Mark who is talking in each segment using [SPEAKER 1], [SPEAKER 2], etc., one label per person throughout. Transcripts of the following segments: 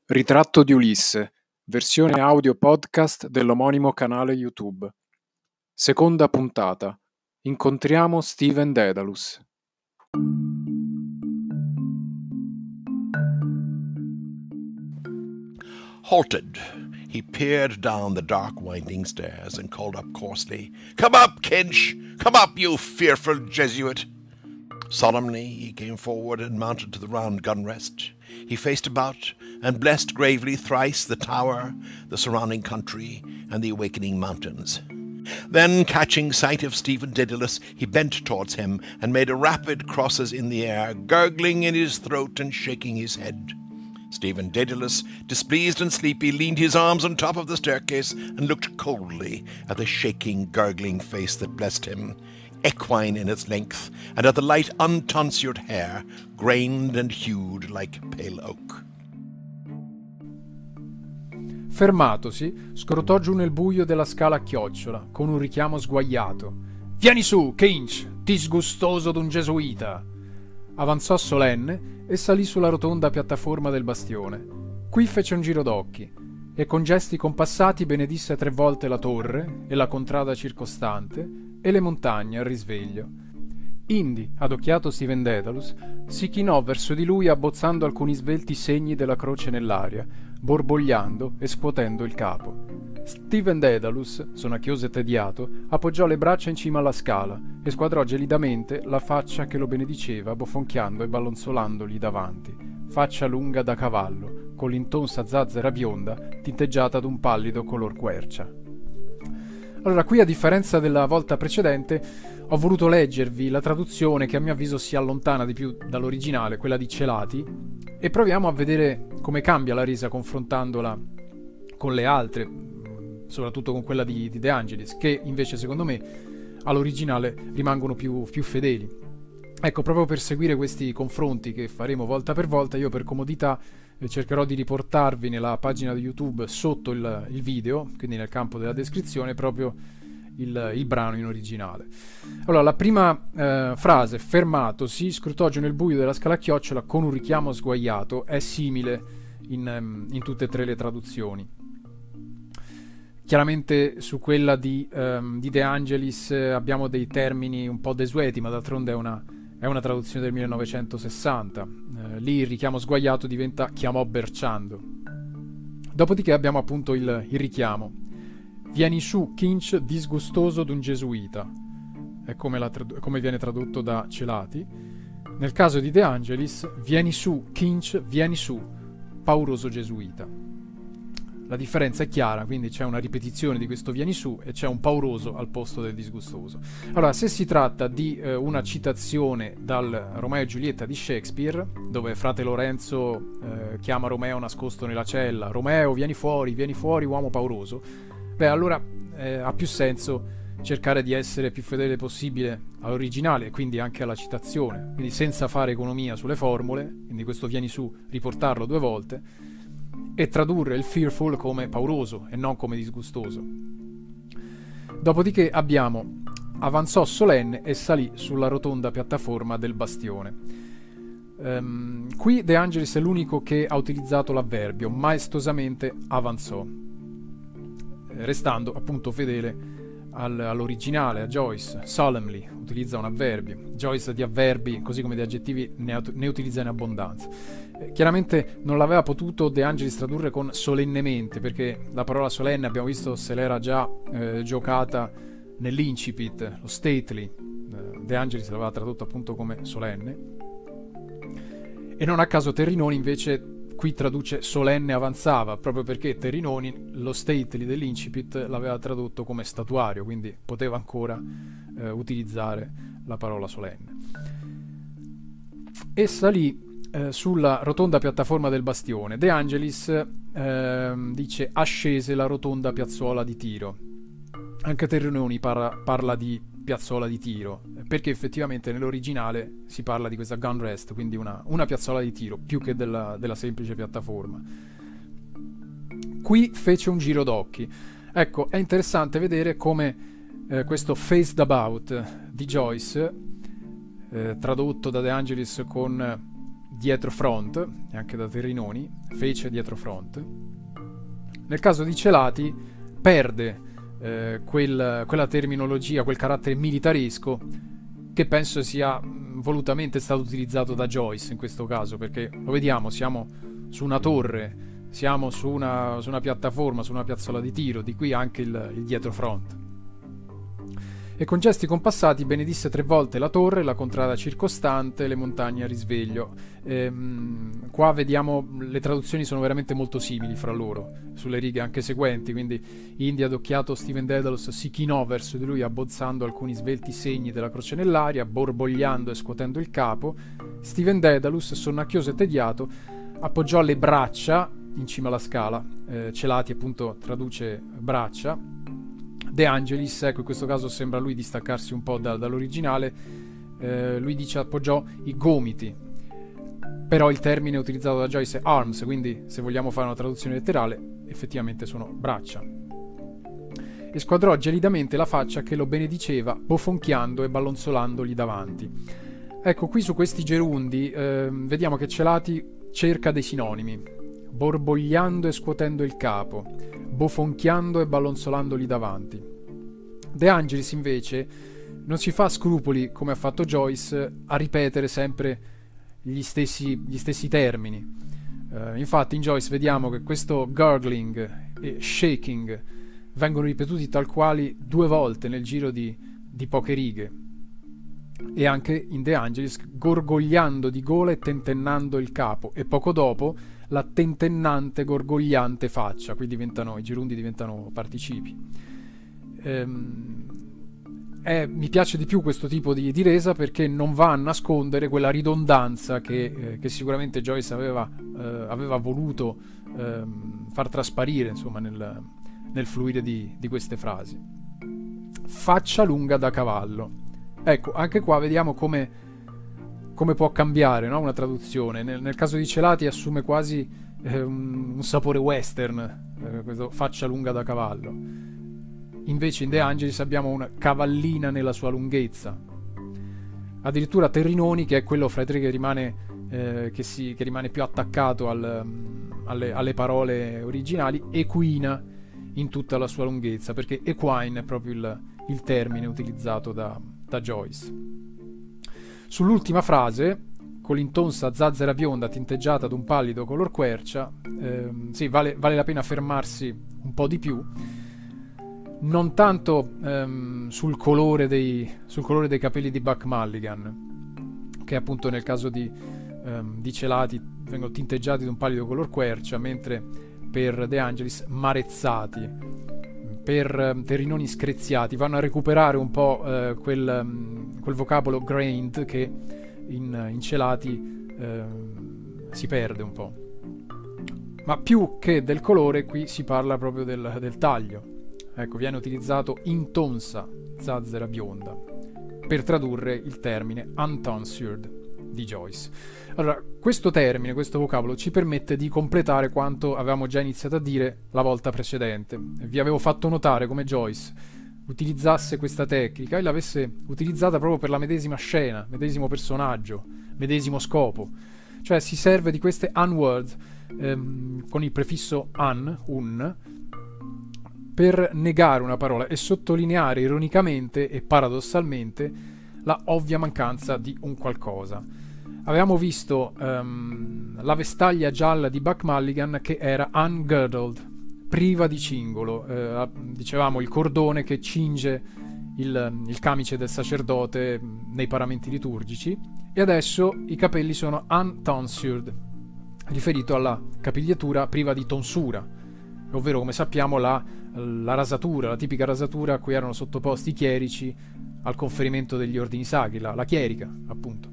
[SPEAKER 1] Ritratto di Ulisse, versione audio podcast dell'omonimo canale YouTube. Seconda puntata. Incontriamo Steven Dedalus.
[SPEAKER 2] Halted, he peered down the dark winding stairs and called up coarsely, "Come up, Kinch! Come up, you fearful Jesuit!" Solemnly he came forward and mounted to the round gun rest. He faced about and blessed gravely thrice the tower, the surrounding country, and the awakening mountains. Then, catching sight of Steven Dedalus, he bent towards him and made rapid crosses in the air, gurgling in his throat and shaking his head. Steven Dedalus, displeased and sleepy, leaned his arms on top of the staircase and looked coldly at the shaking, gurgling face that blessed him, equine in its length, and at the light, untonsured hair, grained and hued like pale oak.
[SPEAKER 1] Fermatosi, scrutò giù nel buio della scala a chiocciola, con un richiamo sguaiato. «Vieni su, Kinch, disgustoso d'un gesuita!» Avanzò solenne e salì sulla rotonda piattaforma del bastione. Qui fece un giro d'occhi e con gesti compassati benedisse 3 volte la torre e la contrada circostante e le montagne al risveglio. Indi, adocchiato Steven Dedalus, si chinò verso di lui abbozzando alcuni svelti segni della croce nell'aria, borbogliando e scuotendo il capo. Steven Dedalus, sonnacchioso e tediato, appoggiò le braccia in cima alla scala e squadrò gelidamente la faccia che lo benediceva, bofonchiando e ballonzolandogli davanti, faccia lunga da cavallo, con l'intonsa zazzera bionda tinteggiata d'un pallido color quercia. Allora, qui, a differenza della volta precedente, ho voluto leggervi la traduzione che a mio avviso si allontana di più dall'originale, quella di Celati, e proviamo a vedere come cambia la resa confrontandola con le altre, soprattutto con quella di De Angelis, che invece secondo me all'originale rimangono più fedeli. Ecco, proprio per seguire questi confronti che faremo volta per volta, io per comodità cercherò di riportarvi nella pagina di YouTube sotto il video, quindi nel campo della descrizione, proprio il brano in originale. Allora, la prima frase, fermatosi, scrutò giù nel buio della scala a chiocciola con un richiamo sguaiato, è simile in tutte e 3 le traduzioni. Chiaramente su quella di De Angelis abbiamo dei termini un po' desueti, ma d'altronde è una traduzione del 1960. Lì il richiamo sguaiato diventa chiamò berciando. Dopodiché abbiamo appunto il richiamo. Vieni su, Kinch, disgustoso d'un gesuita. È come viene tradotto da Celati. Nel caso di De Angelis, vieni su, Kinch, vieni su, pauroso gesuita. La differenza è chiara, quindi c'è una ripetizione di questo vieni su e c'è un pauroso al posto del disgustoso. Allora, se si tratta di una citazione dal Romeo e Giulietta di Shakespeare, dove frate Lorenzo chiama Romeo nascosto nella cella, Romeo vieni fuori, uomo pauroso, beh, allora ha più senso cercare di essere più fedele possibile all'originale e quindi anche alla citazione, quindi senza fare economia sulle formule, quindi questo vieni su, riportarlo 2 volte, e tradurre il fearful come pauroso e non come disgustoso. Dopodiché abbiamo avanzò solenne e salì sulla rotonda piattaforma del bastione. Qui De Angelis è l'unico che ha utilizzato l'avverbio, maestosamente avanzò, restando appunto fedele all'originale, a Joyce. Solemnly utilizza un avverbio, Joyce di avverbi così come di aggettivi ne utilizza in abbondanza. Chiaramente non l'aveva potuto De Angelis tradurre con solennemente, perché la parola solenne abbiamo visto se l'era già giocata nell'incipit, lo stately. De Angelis l'aveva tradotto appunto come solenne, e non a caso Terrinoni invece qui traduce solenne avanzava, proprio perché Terrinoni lo stately dell'incipit l'aveva tradotto come statuario, quindi poteva ancora utilizzare la parola solenne. E salì sulla rotonda piattaforma del bastione. De Angelis dice ascese la rotonda piazzuola di Tiro. Anche Terrinoni parla di piazzola di Tiro, perché effettivamente nell'originale si parla di questa gun rest, quindi una piazzola di tiro più che della semplice piattaforma. Qui fece un giro d'occhi. Ecco, è interessante vedere come questo faced about di Joyce, tradotto da De Angelis con dietro front, e anche da Terrinoni, fece dietro front. Nel caso di Celati perde quella terminologia, quel carattere militaresco che penso sia volutamente stato utilizzato da Joyce in questo caso, perché lo vediamo, siamo su una torre, siamo su una piattaforma, su una piazzola di tiro, di qui anche il dietro front. E con gesti compassati benedisse 3 volte la torre, la contrada circostante, le montagne a risveglio. Qua vediamo, le traduzioni sono veramente molto simili fra loro, sulle righe anche seguenti, quindi Indy adocchiato Stephen Dedalus si chinò verso di lui abbozzando alcuni svelti segni della croce nell'aria, borbogliando e scuotendo il capo. Stephen Dedalus, sonnacchioso e tediato, appoggiò le braccia in cima alla scala, Celati appunto traduce braccia. De Angelis, ecco, in questo caso sembra lui distaccarsi un po' dall'originale, lui dice appoggiò i gomiti, però il termine utilizzato da Joyce è arms, quindi se vogliamo fare una traduzione letterale effettivamente sono braccia. E squadrò gelidamente la faccia che lo benediceva, bofonchiando e ballonzolandogli davanti. Ecco, qui su questi gerundi vediamo che Celati cerca dei sinonimi: borbogliando e scuotendo il capo, bofonchiando e ballonzolandoli davanti. De Angelis invece non si fa scrupoli, come ha fatto Joyce, a ripetere sempre gli stessi termini. Infatti in Joyce vediamo che questo gurgling e shaking vengono ripetuti tal quali 2 volte nel giro di poche righe, e anche in De Angelis gorgogliando di gola e tentennando il capo, e poco dopo la tentennante, gorgogliante faccia. Qui i gerundi diventano participi. Mi piace di più questo tipo di resa, perché non va a nascondere quella ridondanza che sicuramente Joyce aveva voluto far trasparire, insomma, nel fluire di queste frasi. Faccia lunga da cavallo. Ecco, anche qua vediamo come può cambiare, no? Una traduzione. Nel caso di Celati assume quasi un sapore western, questo faccia lunga da cavallo. Invece in De Angelis abbiamo una cavallina nella sua lunghezza. Addirittura Terrinoni, che è quello fra i tre che rimane più attaccato alle parole originali, equina in tutta la sua lunghezza, perché equine è proprio il termine utilizzato da Joyce. Sull'ultima frase, con l'intonsa zazzera bionda tinteggiata d'un pallido color quercia, sì, vale la pena fermarsi un po' di più, non tanto sul colore dei capelli di Buck Mulligan, che appunto nel caso di Celati vengono tinteggiati d'un pallido color quercia, mentre per De Angelis marezzati, per Terrinoni screziati. Vanno a recuperare un po' quel vocabolo grained che in Celati si perde un po'. Ma più che del colore qui si parla proprio del taglio. Ecco, viene utilizzato intonsa zazzera bionda per tradurre il termine untonsured di Joyce. Allora, questo termine, questo vocabolo ci permette di completare quanto avevamo già iniziato a dire la volta precedente. Vi avevo fatto notare come Joyce utilizzasse questa tecnica e l'avesse utilizzata proprio per la medesima scena, medesimo personaggio, medesimo scopo. Cioè si serve di queste unwords con il prefisso un, per negare una parola e sottolineare ironicamente e paradossalmente la ovvia mancanza di un qualcosa. Avevamo visto la vestaglia gialla di Buck Mulligan che era ungirdled, priva di cingolo, dicevamo il cordone che cinge il camice del sacerdote nei paramenti liturgici, e adesso i capelli sono untonsured, riferito alla capigliatura priva di tonsura, ovvero, come sappiamo, la rasatura, la tipica rasatura a cui erano sottoposti i chierici al conferimento degli ordini sacri, la chierica, appunto.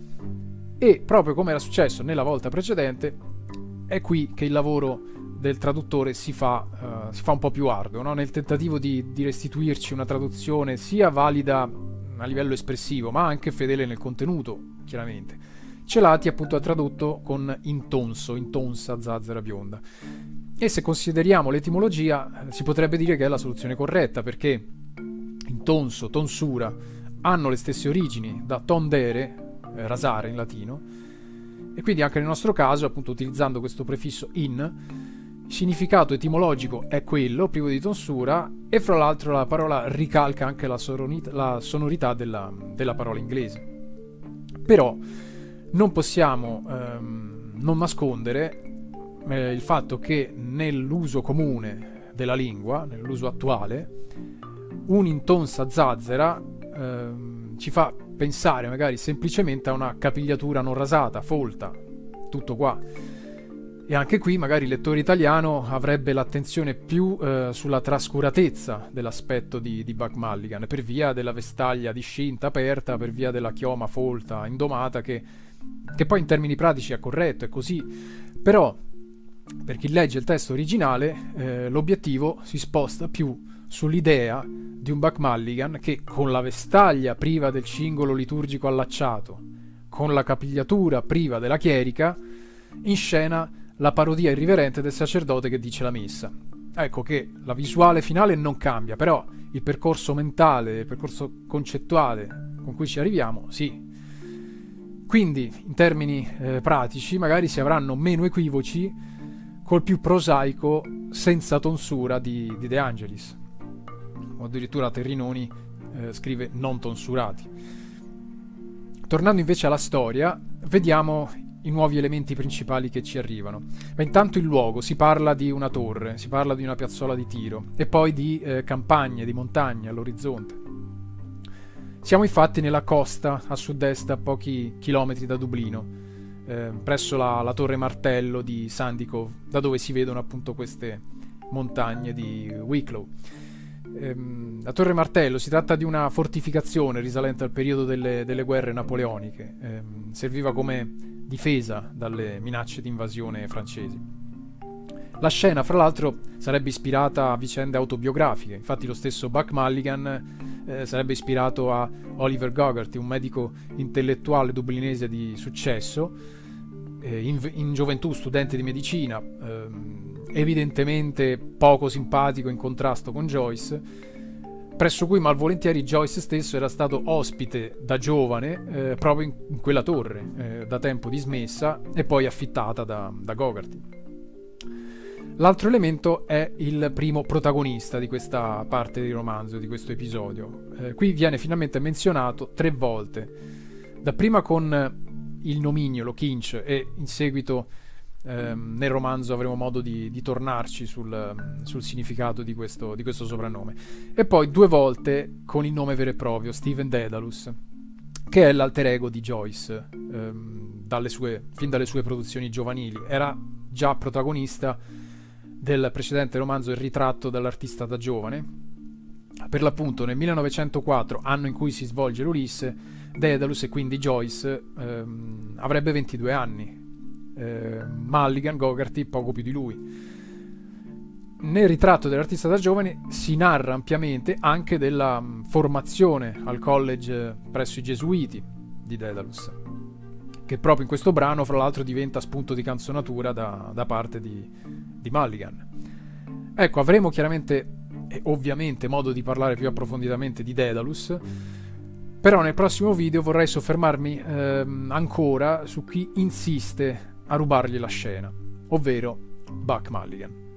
[SPEAKER 1] E proprio come era successo nella volta precedente, è qui che il lavoro del traduttore si fa un po' più arduo, no? Nel tentativo di restituirci una traduzione sia valida a livello espressivo, ma anche fedele nel contenuto, chiaramente. Celati appunto ha tradotto con intonsa zazzera bionda. E se consideriamo l'etimologia, si potrebbe dire che è la soluzione corretta, perché intonso, tonsura hanno le stesse origini da tondere, rasare in latino, E quindi anche nel nostro caso, appunto, utilizzando questo prefisso in, il significato etimologico è quello, privo di tonsura, e fra l'altro la parola ricalca anche la sonorità della parola inglese. Però non possiamo non nascondere il fatto che nell'uso comune della lingua, nell'uso attuale, un'intonsa zazzera ci fa pensare magari semplicemente a una capigliatura non rasata, folta, tutto qua. E anche qui magari il lettore italiano avrebbe l'attenzione più sulla trascuratezza dell'aspetto di Buck Mulligan, per via della vestaglia discinta, aperta, per via della chioma folta, indomata, che poi in termini pratici è corretto, è così. Però, per chi legge il testo originale, l'obiettivo si sposta più sull'idea di un Buck Mulligan che, con la vestaglia priva del cingolo liturgico allacciato, con la capigliatura priva della chierica, inscena la parodia irriverente del sacerdote che dice la messa. Ecco che la visuale finale non cambia, però il percorso mentale, il percorso concettuale con cui ci arriviamo, sì. Quindi, in termini pratici, magari si avranno meno equivoci col più prosaico senza tonsura di De Angelis. O addirittura Terrinoni scrive non tonsurati. Tornando invece alla storia, vediamo i nuovi elementi principali che ci arrivano. Ma intanto il luogo, si parla di una torre, si parla di una piazzola di tiro e poi di campagne, di montagne all'orizzonte. Siamo infatti nella costa a sud-est, a pochi chilometri da Dublino, presso la torre Martello di Sandycove, da dove si vedono appunto queste montagne di Wicklow. La torre Martello si tratta di una fortificazione risalente al periodo delle guerre napoleoniche, serviva come difesa dalle minacce di invasione francesi. La scena, fra l'altro, sarebbe ispirata a vicende autobiografiche. Infatti lo stesso Buck Mulligan sarebbe ispirato a Oliver Gogarty, un medico intellettuale dublinese di successo, in gioventù studente di medicina, evidentemente poco simpatico, in contrasto con Joyce, presso cui malvolentieri Joyce stesso era stato ospite da giovane proprio in quella torre, da tempo dismessa e poi affittata da Gogarty. L'altro elemento è il primo protagonista di questa parte di romanzo, di questo episodio. Qui viene finalmente menzionato 3 volte, dapprima con il nomignolo Kinch, e in seguito nel romanzo avremo modo di tornarci sul significato di questo soprannome, e poi 2 volte con il nome vero e proprio, Stephen Dedalus, che è l'alter ego di Joyce fin dalle sue produzioni giovanili. Era già protagonista del precedente romanzo Il ritratto dell'artista da giovane. Per l'appunto nel 1904, anno in cui si svolge l'Ulisse, Dedalus, e quindi Joyce, avrebbe 22 anni. Mulligan, Gogarty poco più di lui. Nel ritratto dell'artista da giovane si narra ampiamente anche della formazione al college presso i Gesuiti di Dedalus, che proprio in questo brano fra l'altro diventa spunto di canzonatura da parte di Mulligan. Ecco, avremo chiaramente e ovviamente modo di parlare più approfonditamente di Dedalus, però nel prossimo video vorrei soffermarmi ancora su chi insiste a rubargli la scena, ovvero Buck Mulligan.